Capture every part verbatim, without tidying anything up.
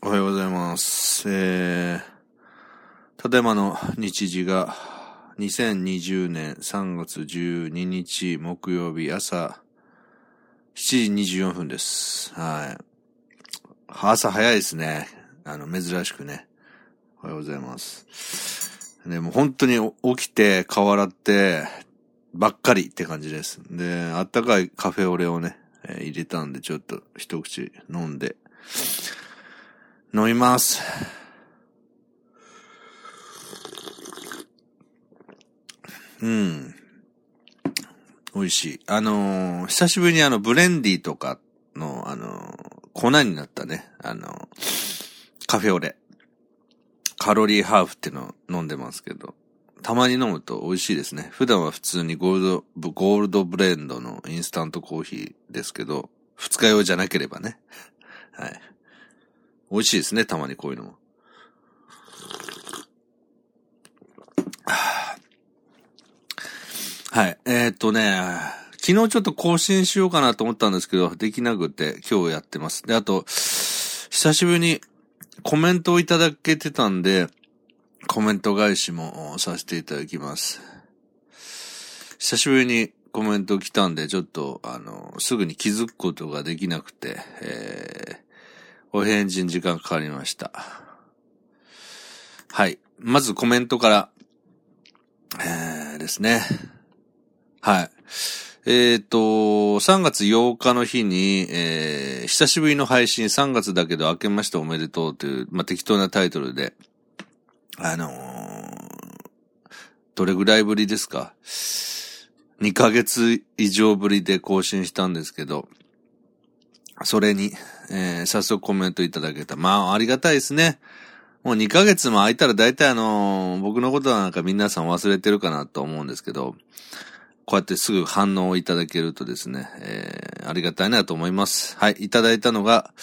おはようございます。えー、ただいまの日時がにせんにじゅうねんさんがつじゅうににち木曜日朝しちじにじゅうよんぷんです。はい。朝早いですね。あの、珍しくね。おはようございます。でも本当に起きて顔洗ってばっかりって感じです。で、あったかいカフェオレをね、えー、入れたんでちょっと一口飲んで、飲みます。うん。美味しい。あのー、久しぶりにあの、ブレンディとかの、あのー、粉になったね、あのー、カフェオレ。カロリーハーフってのを飲んでますけど、たまに飲むと美味しいですね。普段は普通にゴールド、ゴールドブレンドのインスタントコーヒーですけど、二日酔いじゃなければね。はい。美味しいですね、たまにこういうのも。はい。えー、っとね、昨日ちょっと更新しようかなと思ったんですけど、できなくて今日やってます。で、あと、久しぶりにコメントをいただけてたんで、コメント返しもさせていただきます。久しぶりにコメント来たんで、ちょっと、あの、すぐに気づくことができなくて、えー、お返事に時間かかりました。はい。まずコメントから、えー、ですね。はい。えっと、さんがつようかの日に、えー、久しぶりの配信、さんがつだけど明けましておめでとうという、まあ、適当なタイトルで、あのー、どれぐらいぶりですか？にかげつ以上ぶりで更新したんですけど、それに、えー、早速コメントいただけた。まあ、ありがたいですね。もうにかげつも空いたら大体あのー、僕のことはなんか皆さん忘れてるかなと思うんですけど、こうやってすぐ反応をいただけるとですね、えー、ありがたいなと思います。はい、いただいたのが、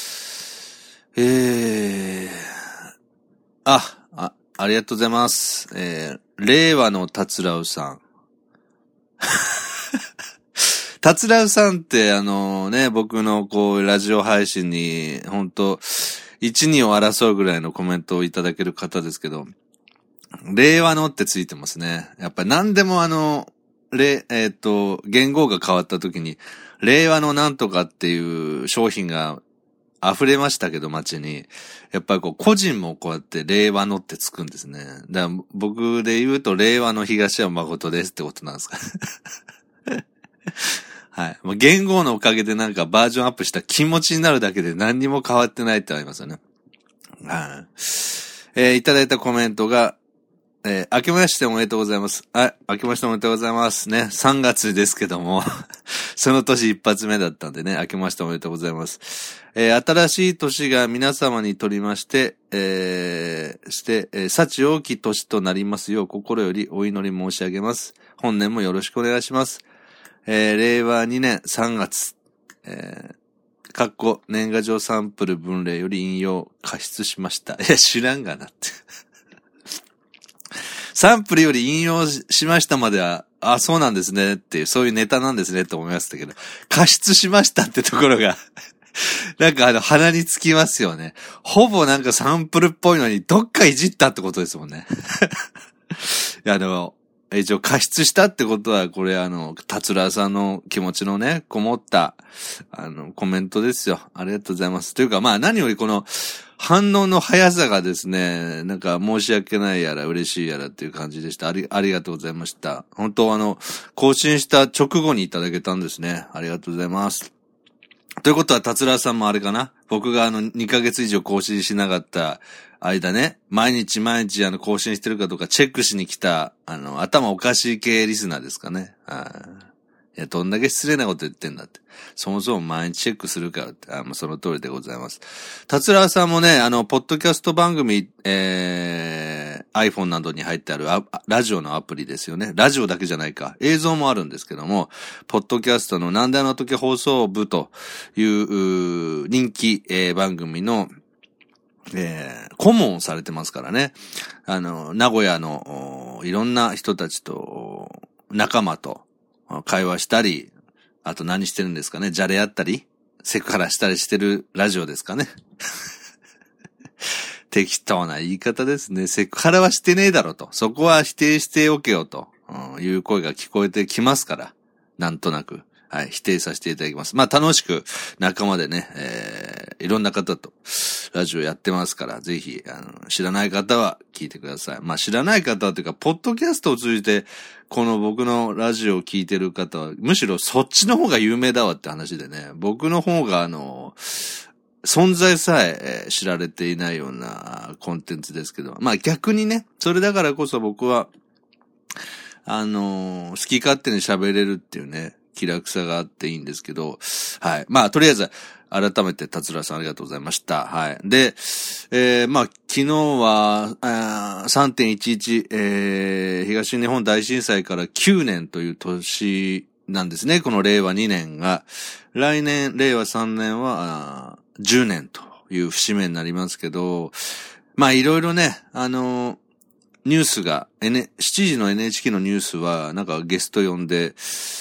えー、あ、あ、ありがとうございます。えー、令和のたつらうさん。たつらうさんってあのね、僕のこう、ラジオ配信に、ほんと、一、二を争うぐらいのコメントをいただける方ですけど、令和のってついてますね。やっぱり何でもあの、れ、えっと、言語が変わった時に、令和のなんとかっていう商品が溢れましたけど、街に。やっぱりこう、個人もこうやって令和のってつくんですね。だから僕で言うと、令和の東山誠ですってことなんですか。はい。もう言語のおかげでなんかバージョンアップした気持ちになるだけで何にも変わってないってありますよね。はい。えー、いただいたコメントが、えー、明けましておめでとうございます。あ、明けましておめでとうございますね。さんがつですけども、その年一発目だったんでね、明けましておめでとうございます。えー、新しい年が皆様にとりまして、えー、して、えー、幸多き年となりますよう心よりお祈り申し上げます。本年もよろしくお願いします。えー、れいわにねんさんがつ、えー、かっこ年賀状サンプル文例より引用加筆しました。いや、知らんがなって。サンプルより引用しましたまでは、あ、そうなんですねっていう、そういうネタなんですねって思いましたけど、加筆しましたってところが、なんかあの、鼻につきますよね。ほぼなんかサンプルっぽいのに、どっかいじったってことですもんね。いや、あの、一応加筆したってことは、これあの、達郎さんの気持ちのね、こもった、あの、コメントですよ。ありがとうございます。というか、まあ何よりこの、反応の速さがですね、なんか申し訳ないやら嬉しいやらっていう感じでした。あり、ありがとうございました。本当あの、更新した直後にいただけたんですね。ありがとうございます。ということは、達郎さんもあれかな？僕があの、にかげつ以上更新しなかった間ね、毎日毎日あの、更新してるかどうかチェックしに来た、あの、頭おかしい系リスナーですかね。いや、どんだけ失礼なこと言ってんだって。そもそも毎日チェックするからって。あ、もうその通りでございます。達郎さんもね、あの、ポッドキャスト番組、えー、iPhone などに入ってあるラジオのアプリですよね。ラジオだけじゃないか。映像もあるんですけども、ポッドキャストのなんであの時放送部という、う人気、えー、番組の、えー、顧問をされてますからね。あの、名古屋の、いろんな人たちと、仲間と、会話したり、あと何してるんですかね？じゃれ合ったり、セクハラしたりしてるラジオですかね？ 適当な言い方ですね。セクハラはしてねえだろと。そこは否定しておけよと、うん、いう声が聞こえてきますから。なんとなく。はい、否定させていただきます。まあ楽しく仲間でね、えー、いろんな方とラジオやってますから、ぜひ、あの、知らない方は聞いてください。まあ知らない方はというか、ポッドキャストを通じて、この僕のラジオを聞いてる方は、むしろそっちの方が有名だわって話でね、僕の方があの、存在さえ知られていないようなコンテンツですけど、まあ逆にね、それだからこそ僕は、あの、好き勝手に喋れるっていうね、気楽さがあっていいんですけど、はい。まあ、とりあえず、改めて、達郎さんありがとうございました。はい。で、えー、まあ、昨日は、さんてんいちいち、えー、東日本大震災からきゅうねんという年なんですね。この令和にねんが。来年、令和さんねんは、じゅうねんという節目になりますけど、まあ、いろいろね、あのー、ニュースが、N、しちじの エヌエイチケー のニュースは、なんかゲスト呼んで、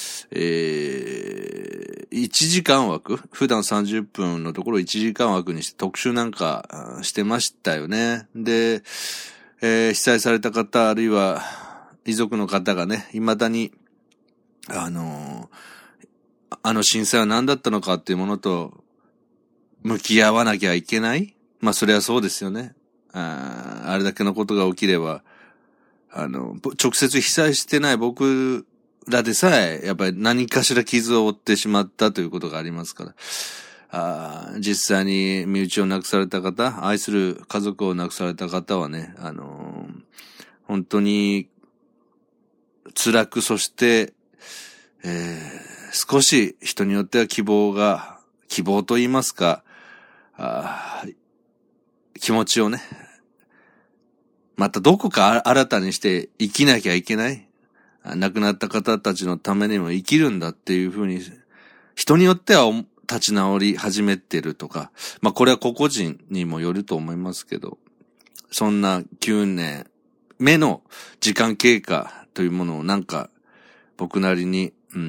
えー、いちじかん枠普段さんじゅっぷんのところいちじかん枠にして特集なんかしてましたよね。で、えー、被災された方、あるいは遺族の方がね、未だに、あのー、あの震災は何だったのかっていうものと向き合わなきゃいけない。まあ、それはそうですよね。あ, あれだけのことが起きれば、あの、直接被災してない僕らでさえ、やっぱり何かしら傷を負ってしまったということがありますから。あ実際に身内を亡くされた方、愛する家族を亡くされた方はね、あのー、本当に辛く、そして、えー、少し人によっては希望が、希望と言いますか、あ気持ちをね、またどこか新たにして生きなきゃいけない。亡くなった方たちのためにも生きるんだっていうふうに、人によっては立ち直り始めてるとか、まあこれは個々人にもよると思いますけど、そんなきゅうねんめの時間経過というものをなんか僕なりに、うん、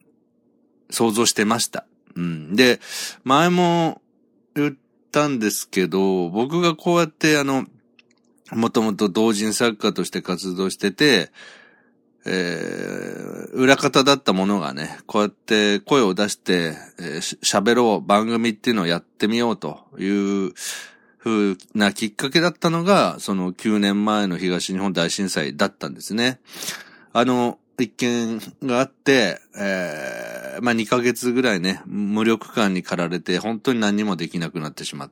想像してました。うん、で、前も言ったんですけど、僕がこうやってあの、もともと同人作家として活動してて、えー、裏方だったものがね、こうやって声を出して、えー、喋ろう番組っていうのをやってみようというふうなきっかけだったのが、そのきゅうねんまえの東日本大震災だったんですね。あの、一件があって、えー、まあ、にかげつぐらいね、無力感に駆られて、本当に何もできなくなってしまって、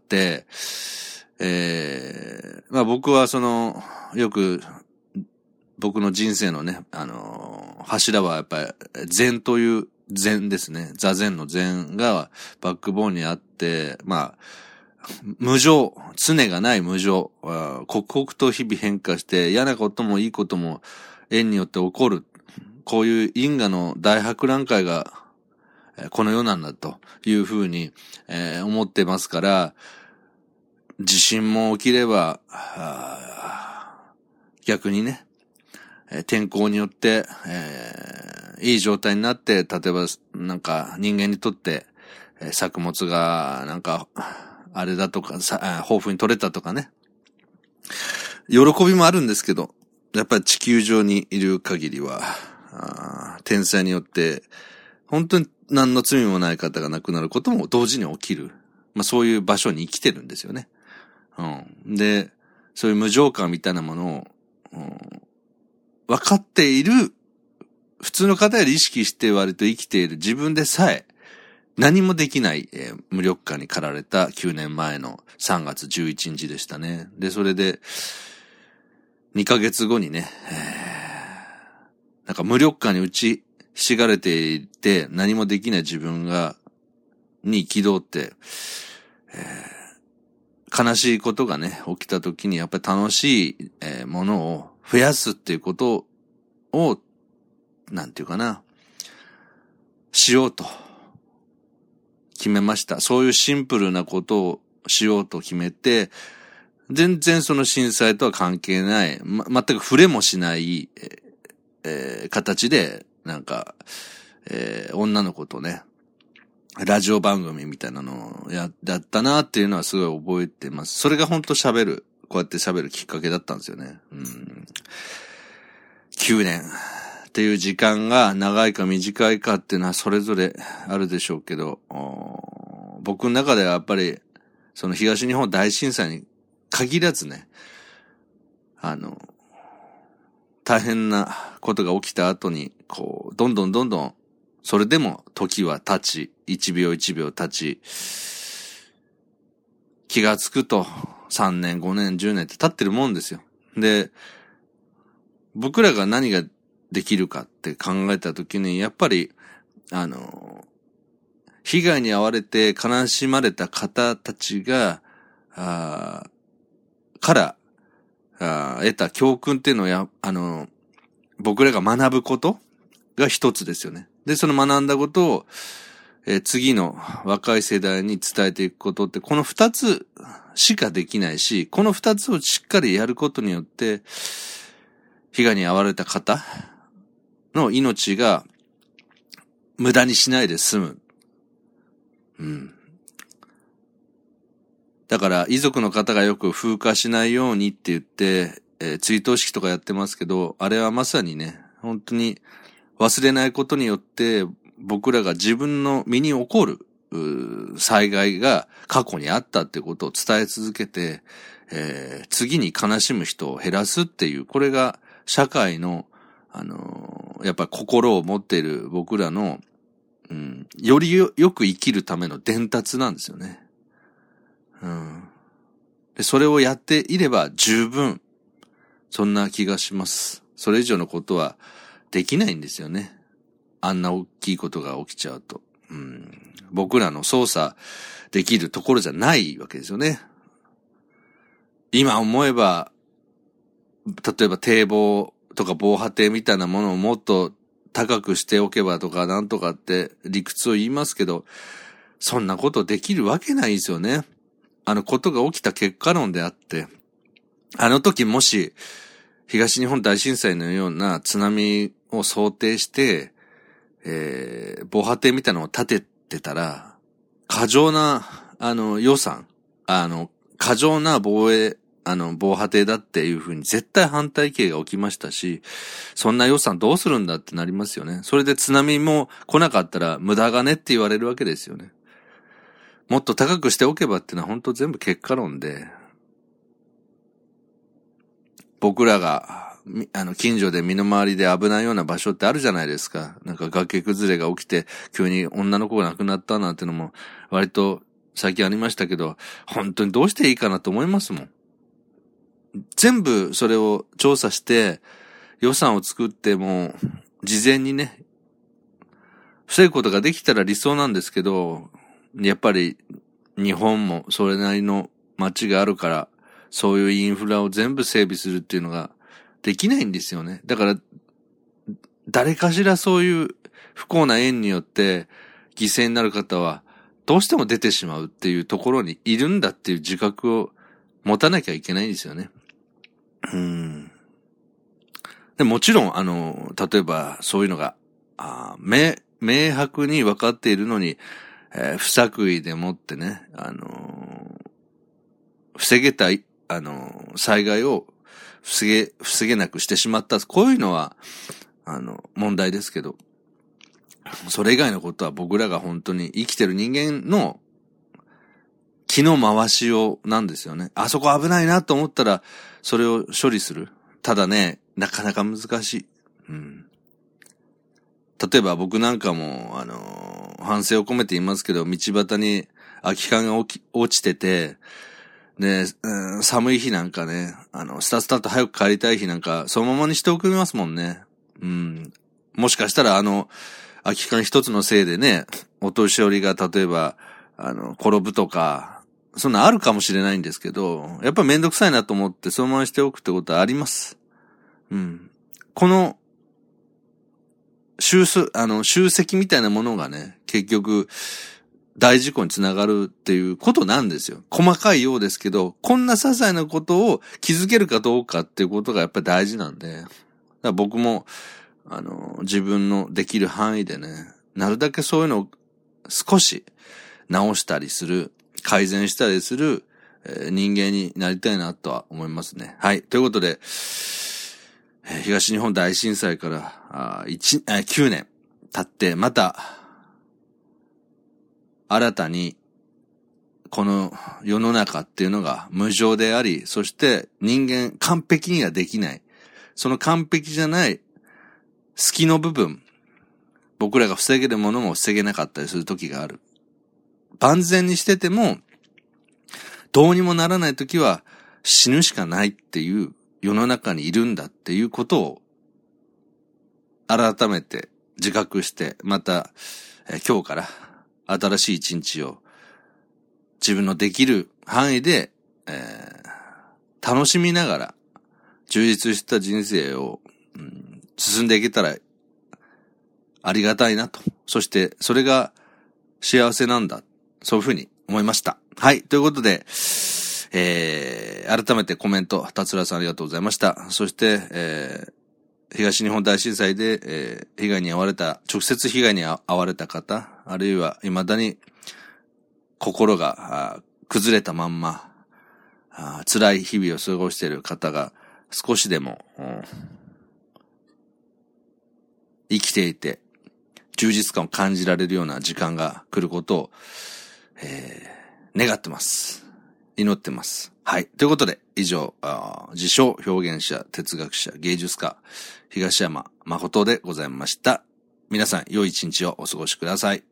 えー、まあ、僕はその、よく、僕の人生のね、あのー、柱はやっぱり、禅という禅ですね。座禅の禅がバックボーンにあって、まあ、無常、常がない無常、刻々と日々変化して、嫌なこともいいことも縁によって起こる。こういう因果の大博覧会が、この世なんだというふうに、えー、思ってますから、地震も起きれば、逆にね、天候によって、えー、いい状態になって、例えば、なんか人間にとって、えー、作物が、なんか、あれだとか、さ、豊富に取れたとかね。喜びもあるんですけど、やっぱり地球上にいる限りは、あ天災によって、本当に何の罪もない方が亡くなることも同時に起きる。まあそういう場所に生きてるんですよね。うん。で、そういう無常感みたいなものを、うん分かっている、普通の方より意識して割と生きている自分でさえ何もできない、えー、無力感に駆られたきゅうねんまえのさんがつじゅういちにちでしたね。で、それでにかげつごにね、えー、なんか無力感に打ちひしがれていて何もできない自分が、に憤って、えー、悲しいことがね、起きた時にやっぱり楽しい、えー、ものを増やすっていうことを、なんていうかな、しようと決めました。そういうシンプルなことをしようと決めて、全然その震災とは関係ない、ま、全く触れもしない、えー、形で、なんか、えー、女の子とね、 ラジオ番組みたいなのをや、やったなっていうのはすごい覚えてます。それが本当喋る、こうやって喋るきっかけだったんですよね。うん、きゅうねんっていう時間が長いか短いかっていうのはそれぞれあるでしょうけど、僕の中ではやっぱりその東日本大震災に限らずね、あの、大変なことが起きた後に、こう、どんどんどんどん、それでも時は経ち、一秒一秒経ち、気がつくとさんねん、ごねん、じゅうねんって経ってるもんですよ。で、僕らが何ができるかって考えたときに、やっぱり、あの、被害に遭われて悲しまれた方たちが、あから、あ得た教訓っていうのをや、あの、僕らが学ぶことが一つですよね。で、その学んだことを、えー、次の若い世代に伝えていくことって、この二つしかできないし、この二つをしっかりやることによって、被害に遭われた方の命が無駄にしないで済む。うん。だから遺族の方がよく風化しないようにって言って、えー、追悼式とかやってますけど、あれはまさにね、本当に忘れないことによって僕らが自分の身に起こる災害が過去にあったってことを伝え続けて、えー、次に悲しむ人を減らすっていう、これが社会の、あのー、やっぱり心を持っている僕らの、うん、よりよ、よく生きるための伝達なんですよね。うん。で、それをやっていれば十分、そんな気がします。それ以上のことはできないんですよね。あんな大きいことが起きちゃうと。うん、僕らの操作できるところじゃないわけですよね。今思えば、例えば堤防とか防波堤みたいなものをもっと高くしておけばとかなんとかって理屈を言いますけど、そんなことできるわけないですよね。あのことが起きた結果論であって、あの時もし東日本大震災のような津波を想定して、えー、防波堤みたいなのを建ててたら、過剰な、あの、予算、あの、過剰な防衛、あの、防波堤だっていうふうに絶対反対意見が起きましたし、そんな予算どうするんだってなりますよね。それで津波も来なかったら無駄金って言われるわけですよね。もっと高くしておけばっていうのは本当全部結果論で、僕らが、あの、近所で身の回りで危ないような場所ってあるじゃないですか。なんか崖崩れが起きて、急に女の子が亡くなったなんてのも、割と最近ありましたけど、本当にどうしていいかなと思いますもん。全部それを調査して、予算を作っても、事前にね、防ぐことができたら理想なんですけど、やっぱり日本もそれなりの街があるから、そういうインフラを全部整備するっていうのができないんですよね。だから、誰かしらそういう不幸な縁によって犠牲になる方はどうしても出てしまうっていうところにいるんだっていう自覚を持たなきゃいけないんですよね。うん。でもちろん、あの、例えばそういうのが、あ明、明白に分かっているのに、えー、不作為でもってね、あのー、防げたい、あのー、災害を防げ、防げなくしてしまった。こういうのは、あの、問題ですけど、それ以外のことは僕らが本当に生きてる人間の気の回しようなんですよね。あそこ危ないなと思ったら、それを処理する。ただね、なかなか難しい。うん。例えば僕なんかも、あのー、反省を込めて言いますけど、道端に空き缶が落ち、落ちてて、で、うん、寒い日なんかね、あの、スタスタと早く帰りたい日なんか、そのままにしておきますもんね。うん。もしかしたらあの、空き缶一つのせいでね、お年寄りが例えば、あの、転ぶとか、そんなあるかもしれないんですけど、やっぱめんどくさいなと思ってそのままにしておくってことはあります。うん。この、集す、あの、集積みたいなものがね、結局、大事故につながるっていうことなんですよ。細かいようですけど、こんな些細なことを気づけるかどうかっていうことがやっぱり大事なんで、だから僕も、あの、自分のできる範囲でね、なるだけそういうのを少し直したりする、改善したりする、えー、人間になりたいなとは思いますね。はい。ということで、えー、東日本大震災からあいち、えー、きゅうねん経って、また、新たに、この世の中っていうのが無常であり、そして人間完璧にはできない。その完璧じゃない隙の部分、僕らが防げるものも防げなかったりする時がある。万全にしてても、どうにもならない時は死ぬしかないっていう世の中にいるんだっていうことを改めて自覚して、また、えー、今日から新しい一日を自分のできる範囲で、えー、楽しみながら充実した人生を、うん、進んでいけたらありがたいなと。そしてそれが幸せなんだ。そういうふうに思いました。はい。ということで、えー、改めてコメント、達郎さんありがとうございました。そして、えー、東日本大震災で、えー、被害に遭われた、直接被害に遭われた方、あるいは未だに心が崩れたまんま、辛い日々を過ごしている方が少しでも、うん、生きていて充実感を感じられるような時間が来ることを、えー、願ってます。祈ってます。はい。ということで、以上、自称表現者、哲学者、芸術家、東山誠でございました。皆さん、良い一日をお過ごしください。